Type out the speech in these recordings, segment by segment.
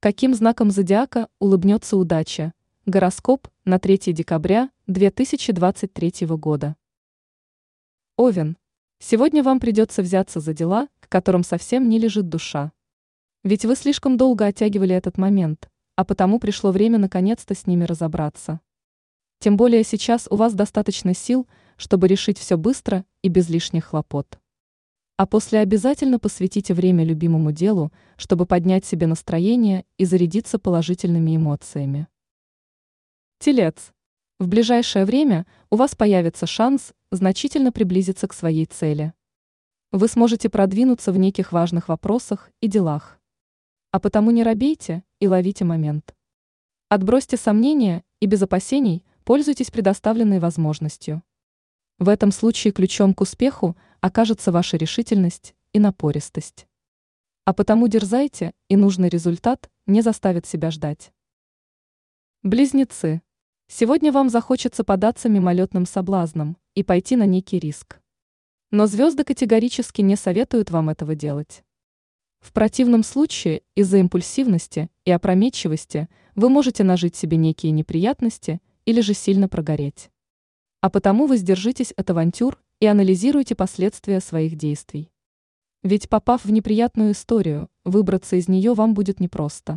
Каким знаком зодиака улыбнется удача? Гороскоп на 3 декабря 2023 года. Овен. Сегодня вам придется взяться за дела, к которым совсем не лежит душа. Ведь вы слишком долго оттягивали этот момент, а потому пришло время наконец-то с ними разобраться. Тем более сейчас у вас достаточно сил, чтобы решить все быстро и без лишних хлопот. А после обязательно посвятите время любимому делу, чтобы поднять себе настроение и зарядиться положительными эмоциями. Телец. В ближайшее время у вас появится шанс значительно приблизиться к своей цели. Вы сможете продвинуться в неких важных вопросах и делах. А потому не робейте и ловите момент. Отбросьте сомнения и без опасений пользуйтесь предоставленной возможностью. В этом случае ключом к успеху окажется ваша решительность и напористость. А потому дерзайте, и нужный результат не заставит себя ждать. Близнецы. Сегодня вам захочется поддаться мимолетным соблазнам и пойти на некий риск. Но звезды категорически не советуют вам этого делать. В противном случае из-за импульсивности и опрометчивости вы можете нажить себе некие неприятности или же сильно прогореть. А потому воздержитесь от авантюр и анализируйте последствия своих действий. Ведь попав в неприятную историю, выбраться из нее вам будет непросто.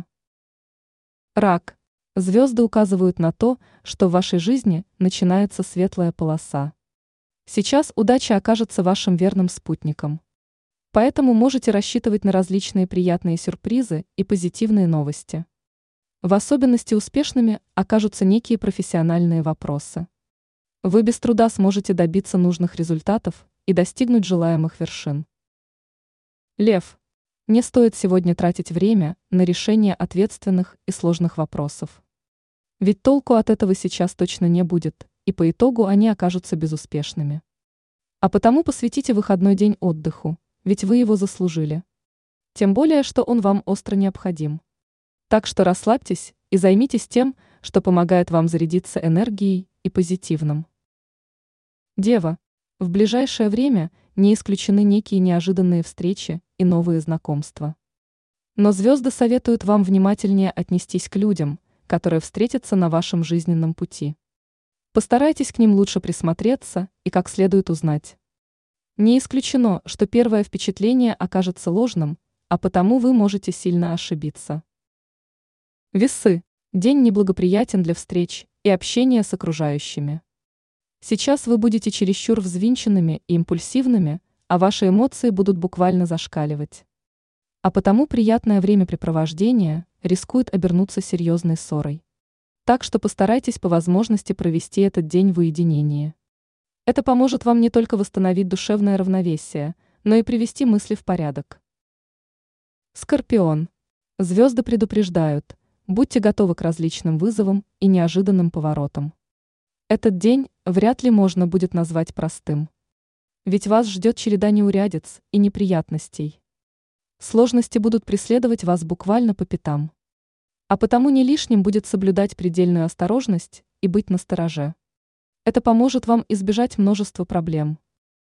Рак. Звезды указывают на то, что в вашей жизни начинается светлая полоса. Сейчас удача окажется вашим верным спутником. Поэтому можете рассчитывать на различные приятные сюрпризы и позитивные новости. В особенности успешными окажутся некие профессиональные вопросы. Вы без труда сможете добиться нужных результатов и достигнуть желаемых вершин. Лев. Не стоит сегодня тратить время на решение ответственных и сложных вопросов. Ведь толку от этого сейчас точно не будет, и по итогу они окажутся безуспешными. А потому посвятите выходной день отдыху, ведь вы его заслужили. Тем более, что он вам остро необходим. Так что расслабьтесь и займитесь тем, что помогает вам зарядиться энергией и позитивным. Дева. В ближайшее время не исключены некие неожиданные встречи и новые знакомства. Но звезды советуют вам внимательнее отнестись к людям, которые встретятся на вашем жизненном пути. Постарайтесь к ним лучше присмотреться и как следует узнать. Не исключено, что первое впечатление окажется ложным, а потому вы можете сильно ошибиться. Весы. День неблагоприятен для встреч и общения с окружающими. Сейчас вы будете чересчур взвинченными и импульсивными, а ваши эмоции будут буквально зашкаливать. А потому приятное времяпрепровождение рискует обернуться серьезной ссорой. Так что постарайтесь по возможности провести этот день в уединении. Это поможет вам не только восстановить душевное равновесие, но и привести мысли в порядок. Скорпион. Звезды предупреждают, будьте готовы к различным вызовам и неожиданным поворотам. Этот день вряд ли можно будет назвать простым. Ведь вас ждет череда неурядиц и неприятностей. Сложности будут преследовать вас буквально по пятам. А потому не лишним будет соблюдать предельную осторожность и быть настороже. Это поможет вам избежать множества проблем.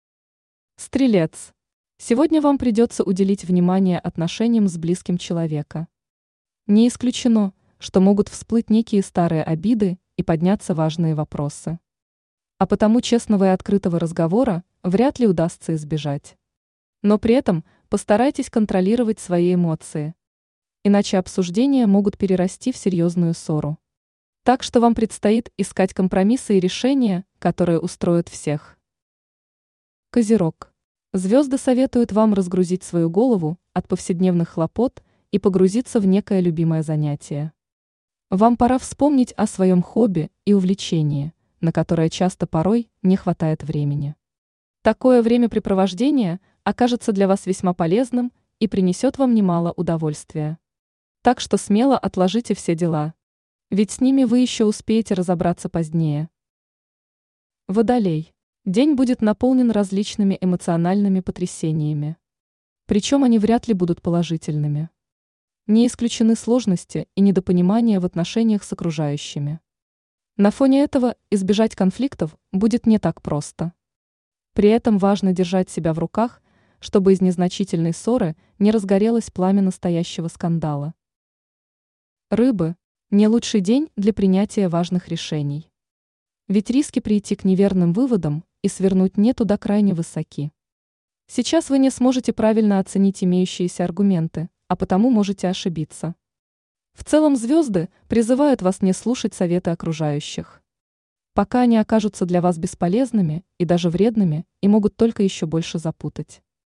Стрелец. Сегодня вам придется уделить внимание отношениям с близким человека. Не исключено, что могут всплыть некие старые обиды и подняться важные вопросы. А потому честного и открытого разговора вряд ли удастся избежать. Но при этом постарайтесь контролировать свои эмоции. Иначе обсуждения могут перерасти в серьезную ссору. Так что вам предстоит искать компромиссы и решения, которые устроят всех. Козерог. Звезды советуют вам разгрузить свою голову от повседневных хлопот и погрузиться в некое любимое занятие. Вам пора вспомнить о своем хобби и увлечении, на которое часто порой не хватает времени. Такое времяпрепровождение окажется для вас весьма полезным и принесет вам немало удовольствия. Так что смело отложите все дела, ведь с ними вы еще успеете разобраться позднее. Водолей. День будет наполнен различными эмоциональными потрясениями. Причем они вряд ли будут положительными. Не исключены сложности и недопонимания в отношениях с окружающими. На фоне этого избежать конфликтов будет не так просто. При этом важно держать себя в руках, чтобы из незначительной ссоры не разгорелось пламя настоящего скандала. Рыбы – не лучший день для принятия важных решений. Ведь риски прийти к неверным выводам и свернуть не туда крайне высоки. Сейчас вы не сможете правильно оценить имеющиеся аргументы, а потому можете ошибиться. В целом звезды призывают вас не слушать советы окружающих. Пока они окажутся для вас бесполезными и даже вредными и могут только еще больше запутать.